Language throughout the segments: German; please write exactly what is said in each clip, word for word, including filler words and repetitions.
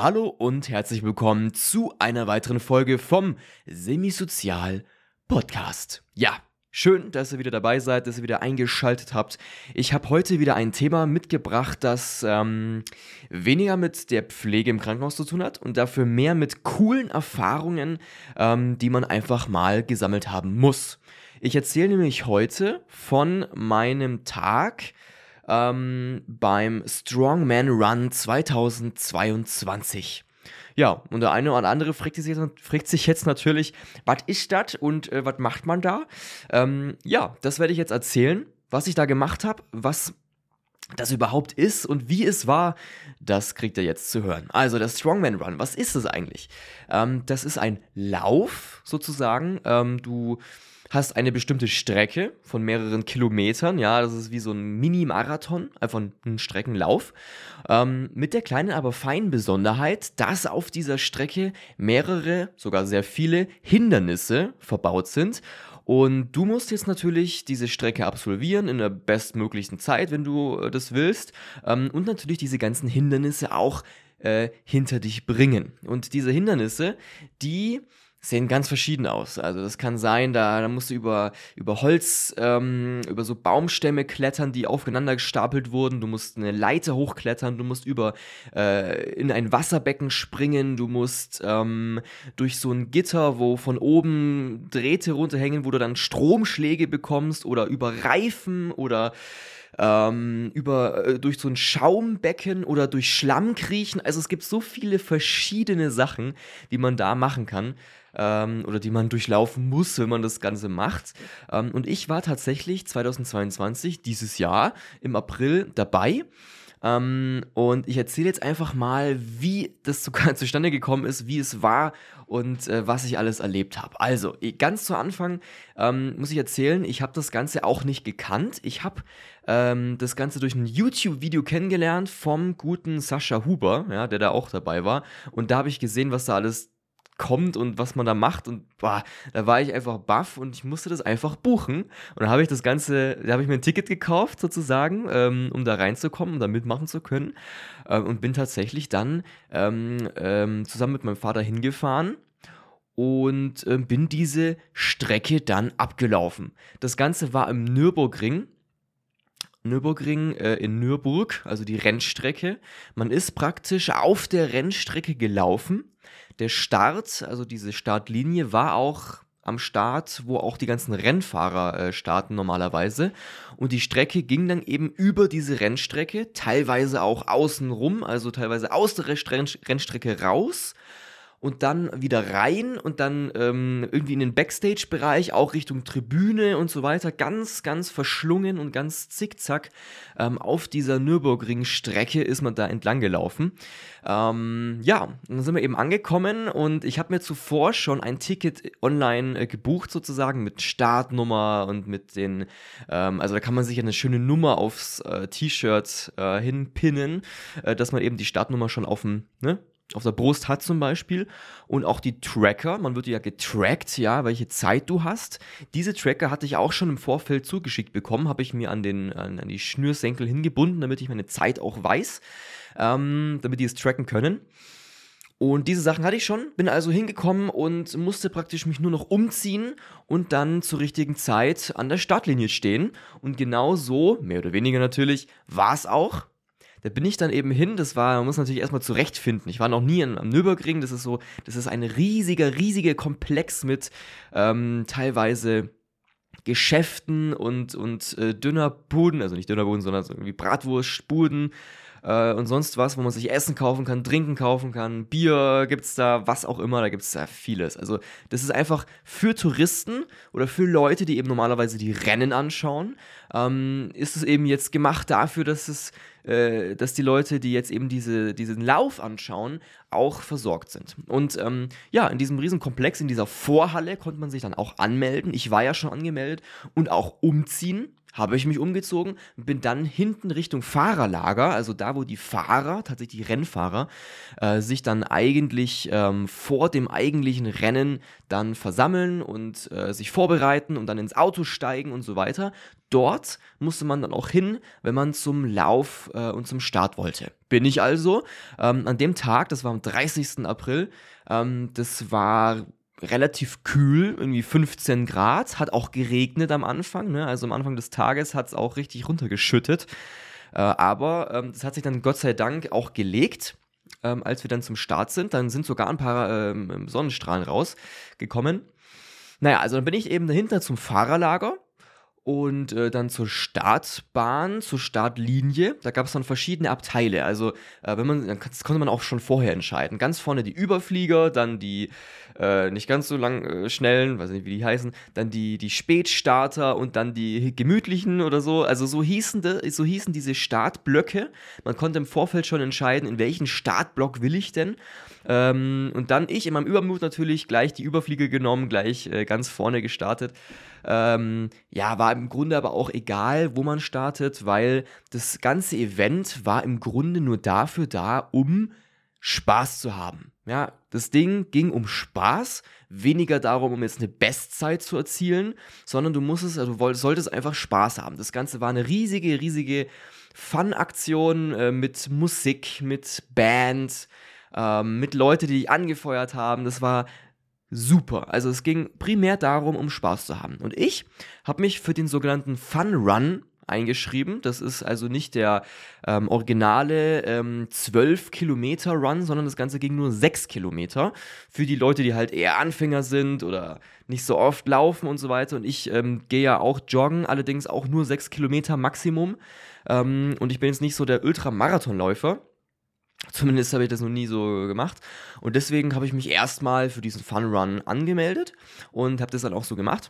Ja, hallo und herzlich willkommen zu einer weiteren Folge vom Semisozial Podcast. Ja, schön, dass ihr wieder dabei seid, dass ihr wieder eingeschaltet habt. Ich habe heute wieder ein Thema mitgebracht, das ähm, weniger mit der Pflege im Krankenhaus zu tun hat und dafür mehr mit coolen Erfahrungen, ähm, die man einfach mal gesammelt haben muss. Ich erzähle nämlich heute von meinem Tag ähm, beim Strongman Run zweitausendzweiundzwanzig. Ja, und der eine oder andere fragt sich jetzt, fragt sich jetzt natürlich, was ist das und äh, was macht man da? Ähm, ja, das werde ich jetzt erzählen, was ich da gemacht habe, was das überhaupt ist und wie es war, das kriegt ihr jetzt zu hören. Also der Strongman Run, was ist es eigentlich? Ähm, das ist ein Lauf sozusagen. Ähm, du hast eine bestimmte Strecke von mehreren Kilometern, ja, das ist wie so ein Mini-Marathon, einfach ein Streckenlauf, ähm, mit der kleinen, aber feinen Besonderheit, dass auf dieser Strecke mehrere, sogar sehr viele Hindernisse verbaut sind. Und du musst jetzt natürlich diese Strecke absolvieren in der bestmöglichen Zeit, wenn du äh, das willst. Ähm, und natürlich diese ganzen Hindernisse auch äh, hinter dich bringen. Und diese Hindernisse, die sehen ganz verschieden aus. Also das kann sein, da, da musst du über, über Holz, ähm, über so Baumstämme klettern, die aufeinander gestapelt wurden. Du musst eine Leiter hochklettern, du musst über äh, in ein Wasserbecken springen, du musst ähm, durch so ein Gitter, wo von oben Drähte runterhängen, wo du dann Stromschläge bekommst oder über Reifen oder ähm, über, äh, durch so ein Schaumbecken oder durch Schlamm kriechen. Also es gibt so viele verschiedene Sachen, die man da machen kann. Ähm, oder die man durchlaufen muss, wenn man das Ganze macht. Ähm, und ich war tatsächlich zweitausendzweiundzwanzig, dieses Jahr, im April dabei. Ähm, und ich erzähle jetzt einfach mal, wie das zu, zustande gekommen ist, wie es war und äh, was ich alles erlebt habe. Also, ganz zu Anfang ähm, muss ich erzählen, ich habe das Ganze auch nicht gekannt. Ich habe ähm, das Ganze durch ein YouTube-Video kennengelernt vom guten Sascha Huber, ja, der da auch dabei war. Und da habe ich gesehen, was da alles kommt und was man da macht und boah, da war ich einfach baff und ich musste das einfach buchen und dann habe ich das Ganze, da habe ich mir ein Ticket gekauft sozusagen, ähm, um da reinzukommen, um da mitmachen zu können ähm, und bin tatsächlich dann ähm, ähm, zusammen mit meinem Vater hingefahren und ähm, bin diese Strecke dann abgelaufen. Das Ganze war im Nürburgring, Nürburgring äh, in Nürburg, also die Rennstrecke. Man ist praktisch auf der Rennstrecke gelaufen. Der Start, also diese Startlinie, war auch am Start, wo auch die ganzen Rennfahrer äh, starten normalerweise. Und die Strecke ging dann eben über diese Rennstrecke, teilweise auch außen rum, also teilweise aus der Rennstrecke raus. Und dann wieder rein und dann ähm, irgendwie in den Backstage-Bereich, auch Richtung Tribüne und so weiter. Ganz, ganz verschlungen und ganz zickzack ähm, auf dieser Nürburgring-Strecke ist man da entlang gelaufen. Ähm, ja, und dann sind wir eben angekommen und ich habe mir zuvor schon ein Ticket online äh, gebucht sozusagen mit Startnummer und mit den, ähm, also da kann man sich eine schöne Nummer aufs äh, T-Shirt äh, hinpinnen, äh, dass man eben die Startnummer schon auf dem, ne, auf der Brust hat zum Beispiel und auch die Tracker, man wird ja getrackt, ja, welche Zeit du hast. Diese Tracker hatte ich auch schon im Vorfeld zugeschickt bekommen, habe ich mir an, den, an, an die Schnürsenkel hingebunden, damit ich meine Zeit auch weiß, ähm, damit die es tracken können. Und diese Sachen hatte ich schon, bin also hingekommen und musste praktisch mich nur noch umziehen und dann zur richtigen Zeit an der Startlinie stehen. Und genau so, mehr oder weniger natürlich, war es auch. Da bin ich dann eben hin, das war, man muss natürlich erstmal zurechtfinden. Ich war noch nie am Nürburgring, das ist so, das ist ein riesiger, riesiger Komplex mit ähm, teilweise Geschäften und, und äh, Dönerbuden, also nicht Dönerbuden, sondern so irgendwie Bratwurstbuden äh, und sonst was, wo man sich Essen kaufen kann, Trinken kaufen kann, Bier gibt's da, was auch immer, da gibt's da vieles. Also das ist einfach für Touristen oder für Leute, die eben normalerweise die Rennen anschauen, ähm, ist es eben jetzt gemacht dafür, dass es äh, dass die Leute, die jetzt eben diese, diesen Lauf anschauen, auch versorgt sind. Und ähm, ja, in diesem riesen Komplex, in dieser Vorhalle konnte man sich dann auch anmelden. Ich war ja schon angemeldet und auch umziehen. habe ich mich umgezogen, bin dann hinten Richtung Fahrerlager, also da, wo die Fahrer, tatsächlich die Rennfahrer, äh, sich dann eigentlich ähm, vor dem eigentlichen Rennen dann versammeln und äh, sich vorbereiten und dann ins Auto steigen und so weiter. Dort musste man dann auch hin, wenn man zum Lauf äh, und zum Start wollte. Bin ich also ähm, an dem Tag, das war am dreißigsten April, ähm, das war relativ kühl, irgendwie fünfzehn Grad, hat auch geregnet am Anfang, ne? Also am Anfang des Tages hat es auch richtig runtergeschüttet, äh, aber ähm, das hat sich dann Gott sei Dank auch gelegt, ähm, als wir dann zum Start sind, dann sind sogar ein paar ähm, Sonnenstrahlen rausgekommen. Naja, also dann bin ich eben dahinter zum Fahrerlager und äh, dann zur Startbahn, zur Startlinie. Da gab es dann verschiedene Abteile. Also, äh, wenn man, das konnte man auch schon vorher entscheiden. Ganz vorne die Überflieger, dann die äh, nicht ganz so lang äh, schnellen, weiß nicht, wie die heißen, dann die, die Spätstarter und dann die gemütlichen oder so. Also, so hießen, de, so hießen diese Startblöcke. Man konnte im Vorfeld schon entscheiden, in welchen Startblock will ich denn. Ähm, und dann ich in meinem Übermut natürlich gleich die Überflieger genommen, gleich äh, ganz vorne gestartet. Ähm, ja, war im Grunde aber auch egal, wo man startet, weil das ganze Event war im Grunde nur dafür da, um Spaß zu haben. Ja, das Ding ging um Spaß, weniger darum, um jetzt eine Bestzeit zu erzielen, sondern du musstest, also du wolltest, solltest einfach Spaß haben. Das Ganze war eine riesige, riesige Fun-Aktion äh, mit Musik, mit Band, ähm, mit Leuten, die dich angefeuert haben. Das war super. Also es ging primär darum, um Spaß zu haben. Und ich habe mich für den sogenannten Fun Run eingeschrieben. Das ist also nicht der ähm, originale ähm, zwölf Kilometer Run, sondern das Ganze ging nur sechs Kilometer. Für die Leute, die halt eher Anfänger sind oder nicht so oft laufen und so weiter. Und ich ähm, gehe ja auch joggen, allerdings auch nur sechs Kilometer Maximum. Ähm, und ich bin jetzt nicht so der Ultramarathonläufer. Zumindest habe ich das noch nie so gemacht. Und deswegen habe ich mich erstmal für diesen Fun Run angemeldet und habe das dann auch so gemacht.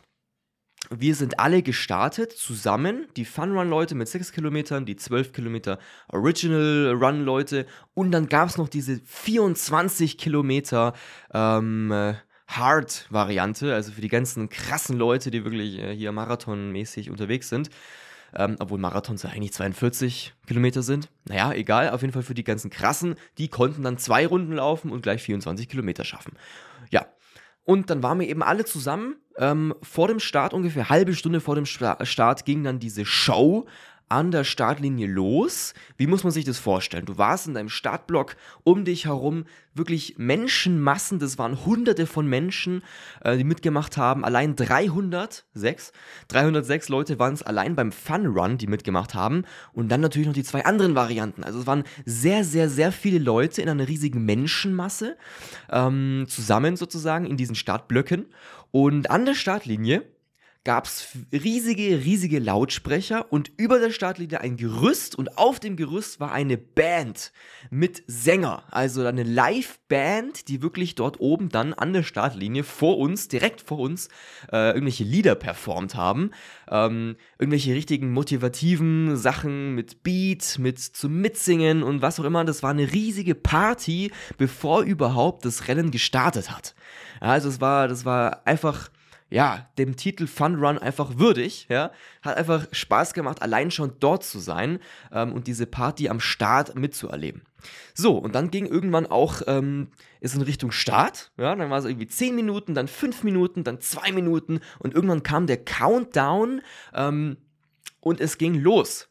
Wir sind alle gestartet zusammen, die Fun Run Leute mit sechs Kilometern, die zwölf Kilometer Original Run Leute und dann gab es noch diese vierundzwanzig Kilometer ähm, Hard Variante, also für die ganzen krassen Leute, die wirklich äh, hier marathonmäßig unterwegs sind. Ähm, obwohl Marathons ja eigentlich zweiundvierzig Kilometer sind. Naja, egal, auf jeden Fall für die ganzen Krassen, die konnten dann zwei Runden laufen und gleich vierundzwanzig Kilometer schaffen. Ja, und dann waren wir eben alle zusammen. Ähm, vor dem Start, ungefähr halbe Stunde vor dem Sta- Start, ging dann diese Show an der Startlinie los. Wie muss man sich das vorstellen? Du warst in deinem Startblock, um dich herum wirklich Menschenmassen, das waren hunderte von Menschen, äh, die mitgemacht haben. Allein dreihundertsechs, dreihundertsechs Leute waren es allein beim Fun Run, die mitgemacht haben. Und dann natürlich noch die zwei anderen Varianten. Also es waren sehr, sehr, sehr viele Leute in einer riesigen Menschenmasse ähm, zusammen sozusagen in diesen Startblöcken. Und an der Startlinie gab es riesige, riesige Lautsprecher und über der Startlinie ein Gerüst und auf dem Gerüst war eine Band mit Sänger, also eine Live-Band, die wirklich dort oben dann an der Startlinie vor uns, direkt vor uns, äh, irgendwelche Lieder performt haben, ähm, irgendwelche richtigen motivativen Sachen mit Beat, mit zum Mitsingen und was auch immer. Das war eine riesige Party, bevor überhaupt das Rennen gestartet hat. Ja, also es war, das war einfach, ja, dem Titel Fun Run einfach würdig, ja, hat einfach Spaß gemacht, allein schon dort zu sein ähm, und diese Party am Start mitzuerleben. So, und dann ging irgendwann auch, ähm, ist in Richtung Start, ja, dann war es irgendwie zehn Minuten, dann fünf Minuten, dann zwei Minuten und irgendwann kam der Countdown ähm, und es ging los.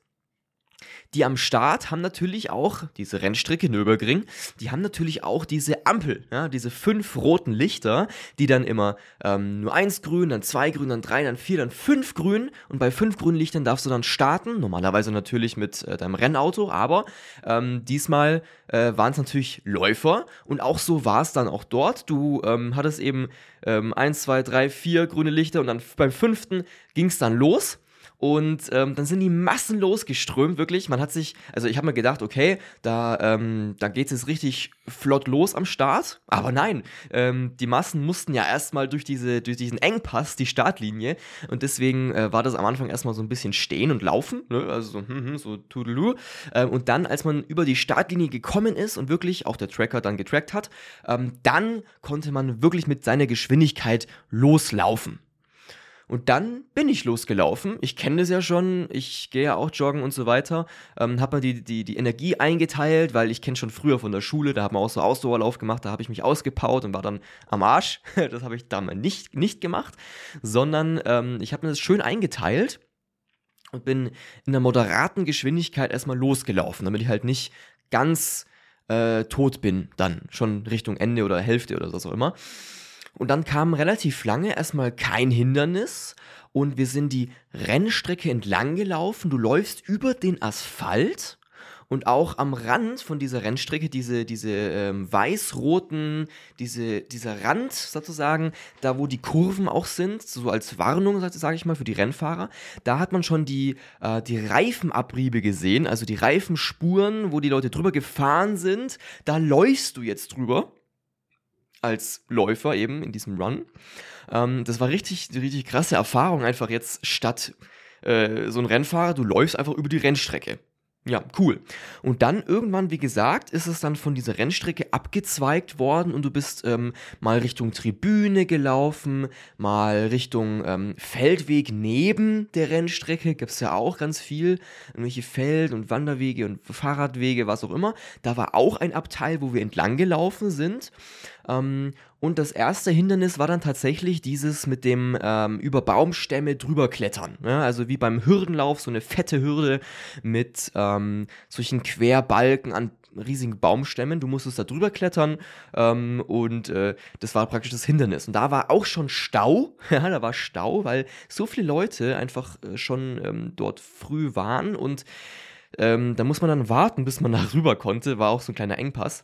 Die am Start haben natürlich auch, diese Rennstrecke Nürburgring, die haben natürlich auch diese Ampel, ja, diese fünf roten Lichter, die dann immer ähm, nur eins grün, dann zwei grün, dann drei, dann vier, dann fünf grün und bei fünf grünen Lichtern darfst du dann starten, normalerweise natürlich mit äh, deinem Rennauto, aber ähm, diesmal äh, waren es natürlich Läufer und auch so war es dann auch dort. Du ähm, hattest eben ähm, eins, zwei, drei, vier grüne Lichter und dann beim fünften ging es dann los. Und ähm, dann sind die Massen losgeströmt, wirklich. Man hat sich, also ich habe mir gedacht, okay, da, ähm, da geht es jetzt richtig flott los am Start. Aber nein, ähm, die Massen mussten ja erstmal durch, diese, durch diesen Engpass, die Startlinie. Und deswegen äh, war das am Anfang erstmal so ein bisschen stehen und laufen. Ne? Also so, hm, hm, so Toodaloo. Ähm, und dann, als man über die Startlinie gekommen ist und wirklich auch der Tracker dann getrackt hat, ähm, dann konnte man wirklich mit seiner Geschwindigkeit loslaufen. Und dann bin ich losgelaufen. Ich kenne das ja schon, ich gehe ja auch joggen und so weiter. Ähm, habe mir die, die, die Energie eingeteilt, weil ich kenne schon früher von der Schule, da haben wir auch so Ausdauerlauf gemacht, da habe ich mich ausgepowert und war dann am Arsch. Das habe ich damals nicht, nicht gemacht, sondern ähm, ich habe mir das schön eingeteilt und bin in einer moderaten Geschwindigkeit erstmal losgelaufen, damit ich halt nicht ganz äh, tot bin, dann schon Richtung Ende oder Hälfte oder was auch immer. Und dann kam relativ lange erstmal kein Hindernis und wir sind die Rennstrecke entlang gelaufen. Du läufst über den Asphalt und auch am Rand von dieser Rennstrecke, diese, diese ähm, weiß-roten, diese, dieser Rand sozusagen, da wo die Kurven auch sind, so als Warnung, sage ich mal, für die Rennfahrer, da hat man schon die, äh, die Reifenabriebe gesehen, also die Reifenspuren, wo die Leute drüber gefahren sind. Da läufst du jetzt drüber. Als Läufer eben in diesem Run. Ähm, das war richtig, richtig krasse Erfahrung, einfach jetzt statt äh, so ein Rennfahrer, du läufst einfach über die Rennstrecke. Ja, cool. Und dann irgendwann, wie gesagt, ist es dann von dieser Rennstrecke abgezweigt worden und du bist ähm, mal Richtung Tribüne gelaufen, mal Richtung ähm, Feldweg neben der Rennstrecke, gibt es ja auch ganz viel, irgendwelche Feld- und Wanderwege und Fahrradwege, was auch immer. Da war auch ein Abteil, wo wir entlang gelaufen sind. Ähm, und das erste Hindernis war dann tatsächlich dieses mit dem ähm, über Baumstämme drüber klettern. Ne? Also wie beim Hürdenlauf, so eine fette Hürde mit ähm, solchen Querbalken an riesigen Baumstämmen. Du musstest da drüber klettern ähm, und äh, das war praktisch das Hindernis. Und da war auch schon Stau. Ja, da war Stau, weil so viele Leute einfach äh, schon ähm, dort früh waren und ähm, da muss man dann warten, bis man da rüber konnte. War auch so ein kleiner Engpass.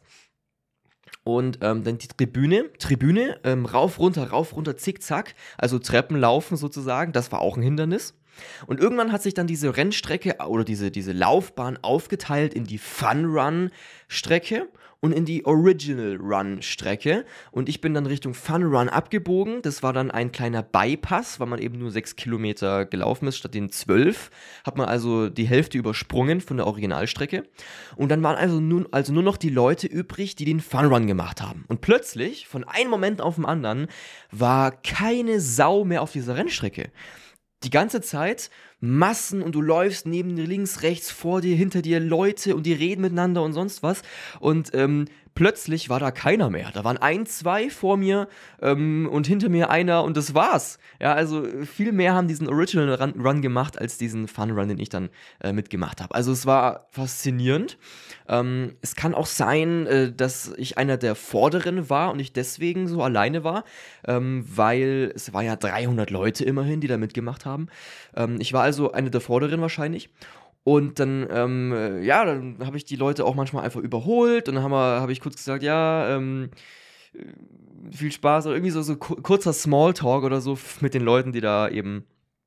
Und ähm, dann die Tribüne, Tribüne, ähm, rauf, runter, rauf, runter, zickzack, also Treppen laufen sozusagen, das war auch ein Hindernis. Und irgendwann hat sich dann diese Rennstrecke oder diese, diese Laufbahn aufgeteilt in die Fun-Run-Strecke und in die Original-Run-Strecke. Und ich bin dann Richtung Fun-Run abgebogen. Das war dann ein kleiner Bypass, weil man eben nur sechs Kilometer gelaufen ist, statt den zwölf. Hat man also die Hälfte übersprungen von der Originalstrecke. Und dann waren also nur, also nur noch die Leute übrig, die den Fun-Run gemacht haben. Und plötzlich, von einem Moment auf den anderen, war keine Sau mehr auf dieser Rennstrecke. Die ganze Zeit Massen und du läufst neben dir, links, rechts, vor dir, hinter dir Leute und die reden miteinander und sonst was. Und ähm, plötzlich war da keiner mehr. Da waren ein, zwei vor mir ähm, und hinter mir einer und das war's. Ja, also viel mehr haben diesen Original Run, Run gemacht als diesen Fun Run, den ich dann äh, mitgemacht habe. Also es war faszinierend. Ähm, es kann auch sein, äh, dass ich einer der Vorderen war und ich deswegen so alleine war, ähm, weil es war ja dreihundert Leute immerhin, die da mitgemacht haben. Ähm, ich war also eine der Vorderen wahrscheinlich. Und dann, ähm, äh, ja, dann habe ich die Leute auch manchmal einfach überholt und dann habe hab ich kurz gesagt, ja, ähm, äh, viel Spaß oder irgendwie so, so ku- kurzer Smalltalk oder so f- mit den Leuten, die da eben,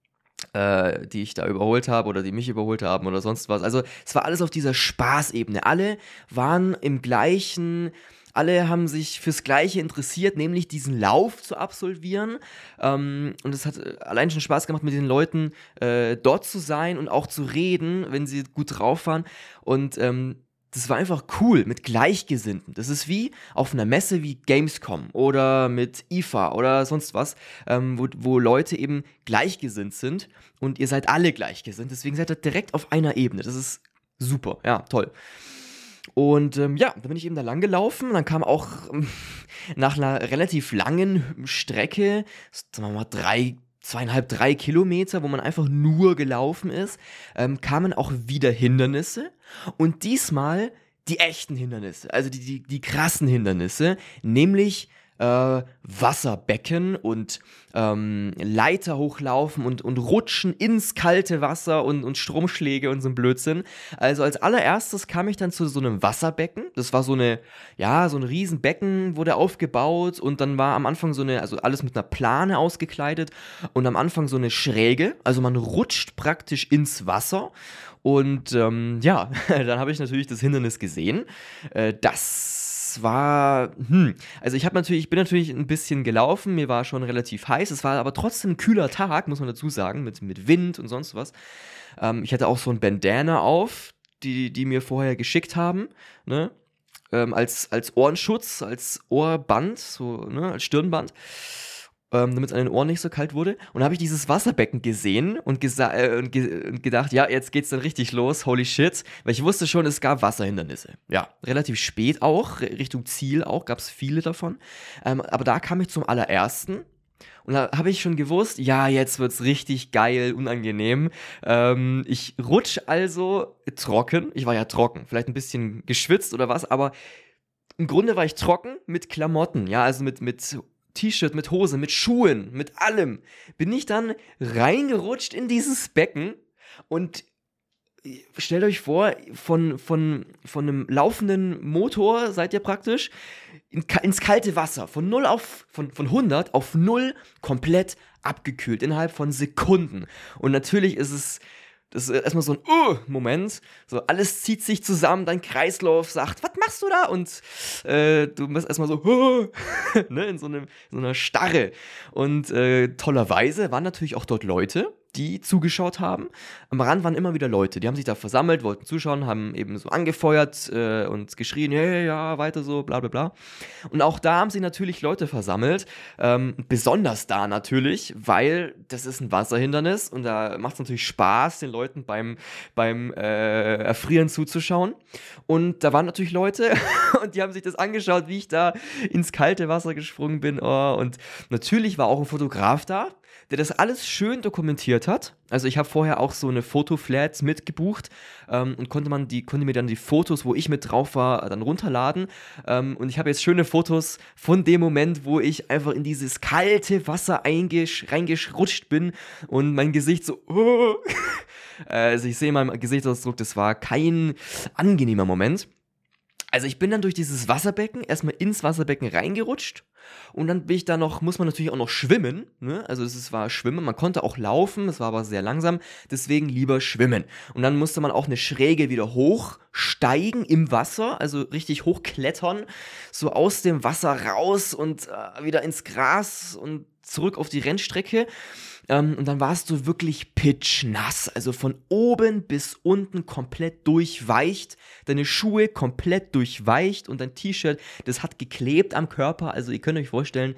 äh, die ich da überholt habe oder die mich überholt haben oder sonst was. Also es war alles auf dieser Spaßebene. Alle waren im gleichen, alle haben sich fürs Gleiche interessiert, nämlich diesen Lauf zu absolvieren. Ähm, und es hat äh, allein schon Spaß gemacht, mit den Leuten äh, dort zu sein und auch zu reden, wenn sie gut drauf waren. Und ähm, das war einfach cool mit Gleichgesinnten. Das ist wie auf einer Messe wie Gamescom oder mit I F A oder sonst was, ähm, wo, wo Leute eben gleichgesinnt sind und ihr seid alle gleichgesinnt. Deswegen seid ihr direkt auf einer Ebene. Das ist super, ja, toll. Und ähm, ja, da bin ich eben da lang gelaufen. Dann kam auch ähm, nach einer relativ langen Strecke, sagen wir mal drei, zweieinhalb, drei Kilometer, wo man einfach nur gelaufen ist, ähm, kamen auch wieder Hindernisse. Und diesmal die echten Hindernisse, also die, die, die krassen Hindernisse, nämlich äh, Wasserbecken und ähm, Leiter hochlaufen und, und rutschen ins kalte Wasser und, und Stromschläge und so ein Blödsinn. Also als allererstes kam ich dann zu so einem Wasserbecken. Das war so eine, ja, so ein Riesenbecken wurde aufgebaut und dann war am Anfang so eine, also alles mit einer Plane ausgekleidet und am Anfang so eine Schräge. Also man rutscht praktisch ins Wasser. Und ähm, ja, dann habe ich natürlich das Hindernis gesehen. Äh, das war, hm, also ich habe natürlich, ich bin natürlich ein bisschen gelaufen, mir war schon relativ heiß, es war aber trotzdem ein kühler Tag, muss man dazu sagen, mit, mit Wind und sonst was. Ähm, ich hatte auch so ein Bandana auf, die, die mir vorher geschickt haben, ne? Ähm, als, als Ohrenschutz, als Ohrband, so, ne, als Stirnband. ähm, damit es an den Ohren nicht so kalt wurde. Und da habe ich dieses Wasserbecken gesehen und, gesa äh, und, ge und gedacht, ja, jetzt geht's dann richtig los, holy shit. Weil ich wusste schon, es gab Wasserhindernisse. Ja, relativ spät auch, Richtung Ziel auch, gab es viele davon. Ähm, aber da kam ich zum allerersten. Und da habe ich schon gewusst, ja, jetzt wird's richtig geil, unangenehm. Ähm, ich rutsch also trocken. Ich war ja trocken, vielleicht ein bisschen geschwitzt oder was, aber im Grunde war ich trocken mit Klamotten, ja, also mit, mit T-Shirt, mit Hose, mit Schuhen, mit allem. Bin ich dann reingerutscht in dieses Becken und stellt euch vor, von, von, von einem laufenden Motor seid ihr praktisch in, ins kalte Wasser. Von null auf, von, von hundert auf null komplett abgekühlt innerhalb von Sekunden. Und natürlich ist es, das ist erstmal so ein Uh-Moment. So, alles zieht sich zusammen, dein Kreislauf sagt, was machst du da? Und äh, du bist erstmal so, uh, ne, in so, einem, so einer Starre. Und äh, tollerweise waren natürlich auch dort Leute, die zugeschaut haben. Am Rand waren immer wieder Leute, die haben sich da versammelt, wollten zuschauen, haben eben so angefeuert äh, und geschrien, ja, ja, ja, weiter so, bla bla bla. Und auch da haben sich natürlich Leute versammelt, ähm, besonders da natürlich, weil das ist ein Wasserhindernis und da macht es natürlich Spaß, den Leuten beim, beim äh, Erfrieren zuzuschauen. Und da waren natürlich Leute und die haben sich das angeschaut, wie ich da ins kalte Wasser gesprungen bin. Oh, und natürlich war auch ein Fotograf da, der das alles schön dokumentiert hat. Also ich habe vorher auch so eine Fotoflats mitgebucht ähm, und konnte man die, konnte mir dann die Fotos, wo ich mit drauf war, dann runterladen. Ähm, und ich habe jetzt schöne Fotos von dem Moment, wo ich einfach in dieses kalte Wasser reingerutscht bin und mein Gesicht so, oh. Also ich sehe in meinem Gesichtsausdruck, das war kein angenehmer Moment. Also ich bin dann durch dieses Wasserbecken erstmal ins Wasserbecken reingerutscht und dann bin ich da noch, muss man natürlich auch noch schwimmen, ne? Also es war Schwimmen, man konnte auch laufen, es war aber sehr langsam, deswegen lieber schwimmen. Und dann musste man auch eine Schräge wieder hochsteigen im Wasser, also richtig hochklettern, so aus dem Wasser raus und äh, wieder ins Gras und zurück auf die Rennstrecke. Ähm, und dann warst du wirklich pitschnass, also von oben bis unten komplett durchweicht, deine Schuhe komplett durchweicht und dein T-Shirt, das hat geklebt am Körper, also ihr könnt euch vorstellen,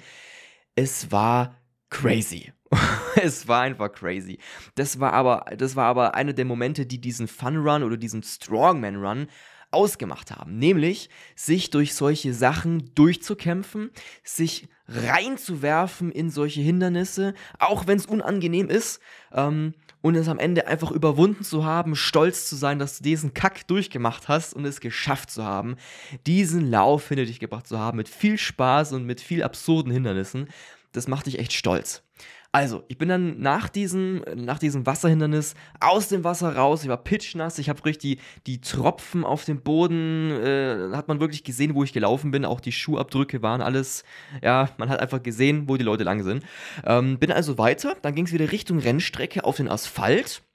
es war crazy. Es war einfach crazy. Das war aber, das war aber einer der Momente, die diesen Fun Run oder diesen Strongman Run ausgemacht haben, nämlich sich durch solche Sachen durchzukämpfen, sich reinzuwerfen in solche Hindernisse, auch wenn es unangenehm ist, ähm, und es am Ende einfach überwunden zu haben, stolz zu sein, dass du diesen Kack durchgemacht hast und es geschafft zu haben, diesen Lauf hinter dich gebracht zu haben, mit viel Spaß und mit viel absurden Hindernissen. Das macht dich echt stolz. Also, ich bin dann nach diesem, nach diesem Wasserhindernis aus dem Wasser raus, ich war pitschnass, ich habe richtig die, die Tropfen auf dem Boden, äh, hat man wirklich gesehen, wo ich gelaufen bin, auch die Schuhabdrücke waren alles, ja, man hat einfach gesehen, wo die Leute lang sind. Ähm, bin also weiter, dann ging es wieder Richtung Rennstrecke auf den Asphalt.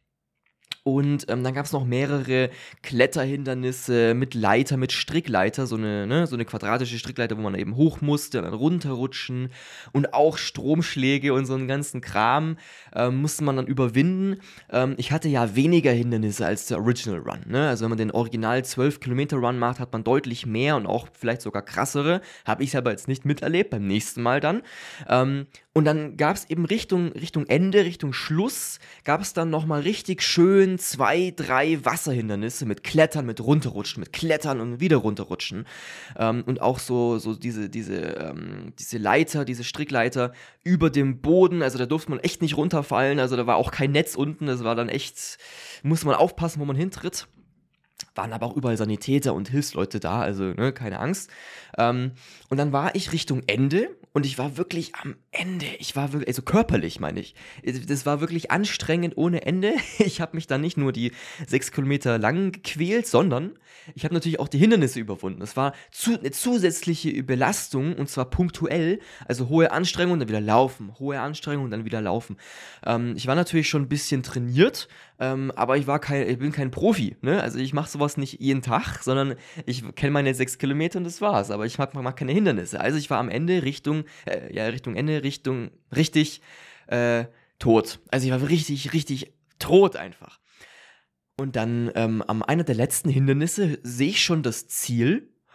Und ähm, dann gab es noch mehrere Kletterhindernisse mit Leiter, mit Strickleiter, so eine, ne, so eine quadratische Strickleiter, wo man eben hoch musste und dann runterrutschen. Und auch Stromschläge und so einen ganzen Kram ähm, musste man dann überwinden. Ähm, ich hatte ja weniger Hindernisse als der Original Run. Ne? Also wenn man den Original zwölf Kilometer Run macht, hat man deutlich mehr und auch vielleicht sogar krassere. Habe ich aber jetzt nicht miterlebt, beim nächsten Mal dann. Ähm, und dann gab es eben Richtung, Richtung Ende, Richtung Schluss, gab es dann nochmal richtig schön zwei, drei Wasserhindernisse mit Klettern, mit Runterrutschen, mit Klettern und wieder Runterrutschen. Ähm, und auch so, so diese, diese, ähm, diese Leiter, diese Strickleiter über dem Boden, also da durfte man echt nicht runterfallen, also da war auch kein Netz unten, das war dann echt, musste man aufpassen, wo man hintritt. Waren aber auch überall Sanitäter und Hilfsleute da, also ne, keine Angst. Ähm, und dann war ich Richtung Ende und ich war wirklich am Ende. Ich war wirklich, also körperlich meine ich. Das war wirklich anstrengend ohne Ende. Ich habe mich dann nicht nur die sechs Kilometer lang gequält, sondern ich habe natürlich auch die Hindernisse überwunden. Es war zu, eine zusätzliche Belastung und zwar punktuell. Also hohe Anstrengung, dann wieder laufen. Hohe Anstrengung, dann wieder laufen. Ähm, ich war natürlich schon ein bisschen trainiert, ähm, aber ich, war kein, ich bin kein Profi. Ne? Also ich mache sowas nicht jeden Tag, sondern ich kenne meine sechs Kilometer und das war's. Aber ich mag, mag keine Hindernisse. Also ich war am Ende Richtung, äh, ja Richtung Ende, Richtung, richtig äh, tot. Also ich war richtig, richtig tot einfach. Und dann ähm, am einer der letzten Hindernisse sehe ich schon das Ziel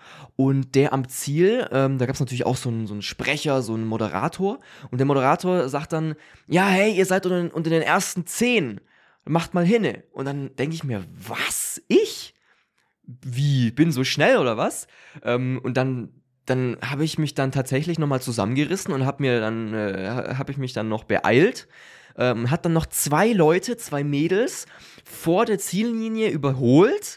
Und der am Ziel, ähm, da gab es natürlich auch so einen, so einen Sprecher, so einen Moderator. Und der Moderator sagt dann, ja, hey, ihr seid unter, den- unter den ersten zehn, macht mal hinne. Und dann denke ich mir, was? Ich? Wie, bin so schnell oder was? Ähm, und dann, dann habe ich mich dann tatsächlich nochmal zusammengerissen und habe mir dann, äh, habe ich mich dann noch beeilt. Ähm, hat dann noch zwei Leute, zwei Mädels vor der Ziellinie überholt.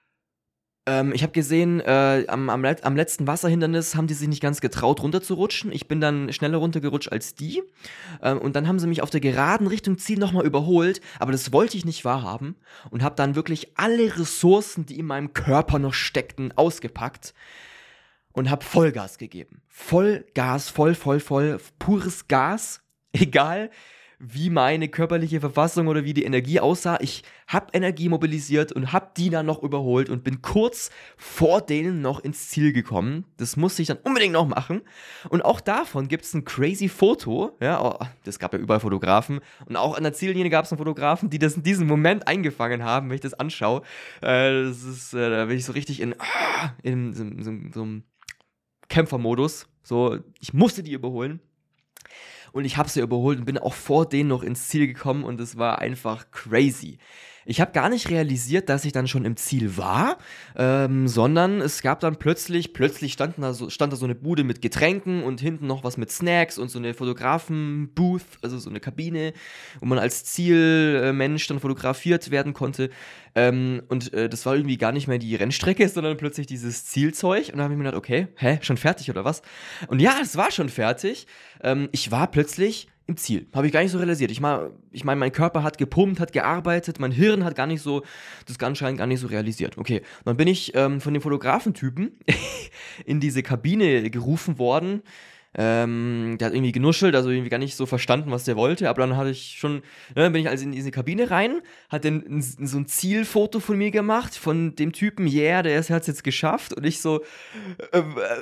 Ähm, ich habe gesehen, äh, am, am, let- am letzten Wasserhindernis haben die sich nicht ganz getraut, runterzurutschen. Ich bin dann schneller runtergerutscht als die. Ähm, und dann haben sie mich auf der Geraden Richtung Ziel nochmal überholt. Aber das wollte ich nicht wahrhaben. Und habe dann wirklich alle Ressourcen, die in meinem Körper noch steckten, ausgepackt. Und habe Vollgas gegeben. Vollgas, voll, voll, voll, pures Gas. Egal, wie meine körperliche Verfassung oder wie die Energie aussah. Ich habe Energie mobilisiert und habe die dann noch überholt und bin kurz vor denen noch ins Ziel gekommen. Das musste ich dann unbedingt noch machen. Und auch davon gibt es ein crazy Foto. Ja, oh, das gab ja überall Fotografen. Und auch an der Ziellinie gab es einen Fotografen, die das in diesem Moment eingefangen haben, wenn ich das anschaue. Äh, das ist, äh, da bin ich so richtig in, ah, in so, so, so einem Kämpfermodus. So, ich musste die überholen. Und ich habe sie überholt und bin auch vor denen noch ins Ziel gekommen und es war einfach crazy. Ich habe gar nicht realisiert, dass ich dann schon im Ziel war, ähm, sondern es gab dann plötzlich, plötzlich stand da, so, stand da so eine Bude mit Getränken und hinten noch was mit Snacks und so eine Fotografen-Booth, also so eine Kabine, wo man als Zielmensch dann fotografiert werden konnte. Ähm, und äh, das war irgendwie gar nicht mehr die Rennstrecke, sondern plötzlich dieses Zielzeug. Und da habe ich mir gedacht, okay, hä, schon fertig oder was? Und ja, es war schon fertig. Ähm, ich war plötzlich im Ziel. Habe ich gar nicht so realisiert. Ich meine, ich mein, mein Körper hat gepumpt, hat gearbeitet, mein Hirn hat gar nicht so, das anscheinend gar nicht so realisiert. Okay, dann bin ich ähm, von dem Fotografentypen in diese Kabine gerufen worden. Ähm, der hat irgendwie genuschelt, also irgendwie gar nicht so verstanden, was der wollte, aber dann hatte ich schon, ne, dann bin ich also in diese Kabine rein, hat dann ein, so ein Zielfoto von mir gemacht, von dem Typen, yeah, der hat es jetzt geschafft und ich so, äh,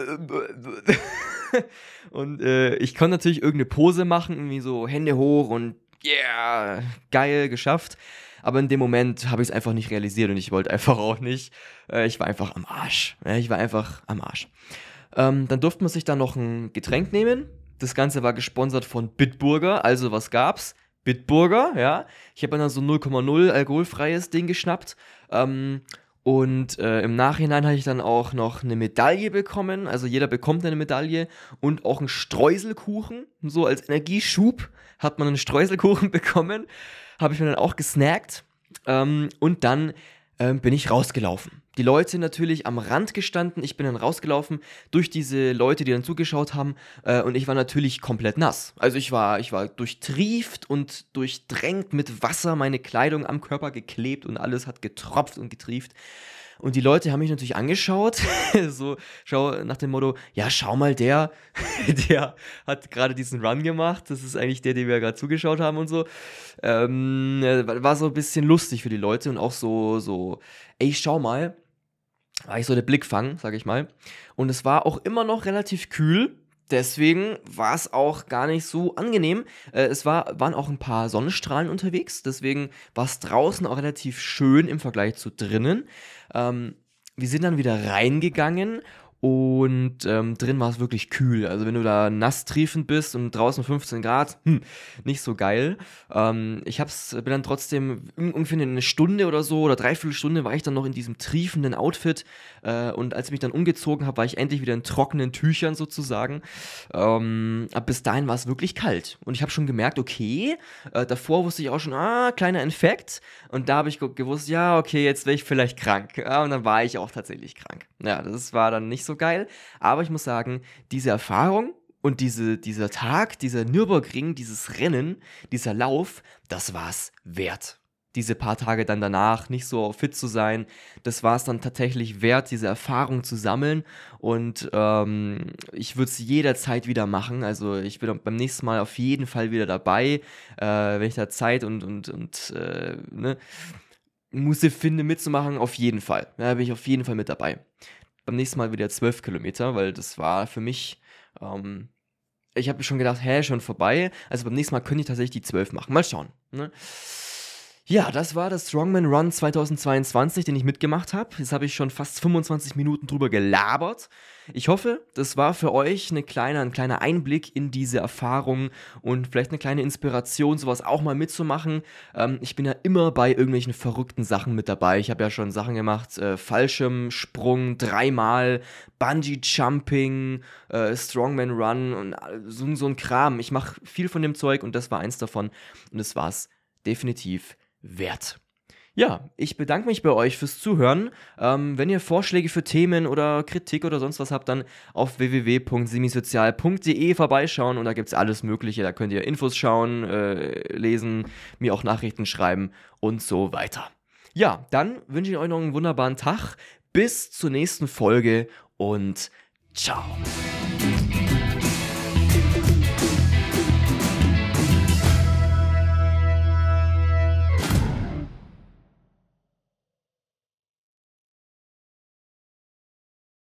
äh, äh, und äh, ich konnte natürlich irgendeine Pose machen, irgendwie so Hände hoch und yeah, geil, geschafft. Aber in dem Moment habe ich es einfach nicht realisiert und ich wollte einfach auch nicht. Äh, ich war einfach am Arsch. Ja, ich war einfach am Arsch. Ähm, dann durfte man sich dann noch ein Getränk nehmen. Das Ganze war gesponsert von Bitburger. Also was gab's? Bitburger, ja. Ich habe dann so null Komma null alkoholfreies Ding geschnappt. Ähm, und äh, im Nachhinein hatte ich dann auch noch eine Medaille bekommen. Also jeder bekommt eine Medaille und auch einen Streuselkuchen. So als Energieschub hat man einen Streuselkuchen bekommen. Habe ich mir dann auch gesnackt. Ähm, und dann ähm, bin ich rausgelaufen. Die Leute natürlich am Rand gestanden, ich bin dann rausgelaufen durch diese Leute, die dann zugeschaut haben, äh, und ich war natürlich komplett nass. Also ich war, ich war durchtrieft und durchdrängt mit Wasser, meine Kleidung am Körper geklebt und alles hat getropft und getrieft. Und die Leute haben mich natürlich angeschaut, so schau nach dem Motto, ja, schau mal, der, der hat gerade diesen Run gemacht, das ist eigentlich der, dem wir gerade zugeschaut haben und so. Ähm, äh, war so ein bisschen lustig für die Leute und auch so, so, ey, schau mal, war ich so der Blickfang, sag ich mal. Und es war auch immer noch relativ kühl. Deswegen war es auch gar nicht so angenehm. Äh, es war, waren auch ein paar Sonnenstrahlen unterwegs. Deswegen war es draußen auch relativ schön im Vergleich zu drinnen. Ähm, wir sind dann wieder reingegangen und ähm, drin war es wirklich kühl. Also wenn du da nass triefend bist und draußen fünfzehn Grad, hm, nicht so geil. Ähm, ich hab's, bin dann trotzdem ungefähr eine Stunde oder so oder dreiviertel Stunde war ich dann noch in diesem triefenden Outfit. Äh, und als ich mich dann umgezogen habe, war ich endlich wieder in trockenen Tüchern sozusagen. Ähm, aber bis dahin war es wirklich kalt. Und ich habe schon gemerkt, okay, äh, davor wusste ich auch schon, ah, kleiner Infekt. Und da habe ich ge- gewusst, ja, okay, jetzt wäre ich vielleicht krank. Ja, und dann war ich auch tatsächlich krank. Ja, das war dann nicht so geil. Aber ich muss sagen, diese Erfahrung und diese, dieser Tag, dieser Nürburgring, dieses Rennen, dieser Lauf, das war's wert. Diese paar Tage dann danach nicht so fit zu sein, das war es dann tatsächlich wert, diese Erfahrung zu sammeln. Und ähm, ich würde es jederzeit wieder machen. Also ich bin beim nächsten Mal auf jeden Fall wieder dabei, äh, wenn ich da Zeit und, und, und äh, ne, Muße finde mitzumachen, auf jeden Fall. Da bin ich auf jeden Fall mit dabei. Beim nächsten Mal wieder zwölf Kilometer, weil das war für mich, ähm, ich habe schon gedacht, hä, schon vorbei. Also beim nächsten Mal könnte ich tatsächlich die zwölf machen. Mal schauen. Ne? Ja, das war der Strongman Run zweitausendzweiundzwanzig, den ich mitgemacht habe. Jetzt habe ich schon fast fünfundzwanzig Minuten drüber gelabert. Ich hoffe, das war für euch eine kleine, ein kleiner Einblick in diese Erfahrung und vielleicht eine kleine Inspiration, sowas auch mal mitzumachen. Ähm, ich bin ja immer bei irgendwelchen verrückten Sachen mit dabei. Ich habe ja schon Sachen gemacht, äh, Fallschirmsprung dreimal, Bungee-Jumping, äh, Strongman Run und so, so ein Kram. Ich mache viel von dem Zeug und das war eins davon und das war's definitiv wert. Ja, ich bedanke mich bei euch fürs Zuhören. Ähm, wenn ihr Vorschläge für Themen oder Kritik oder sonst was habt, dann auf w w w punkt semisozial punkt d e vorbeischauen und da gibt es alles Mögliche. Da könnt ihr Infos schauen, äh, lesen, mir auch Nachrichten schreiben und so weiter. Ja, dann wünsche ich euch noch einen wunderbaren Tag. Bis zur nächsten Folge und ciao.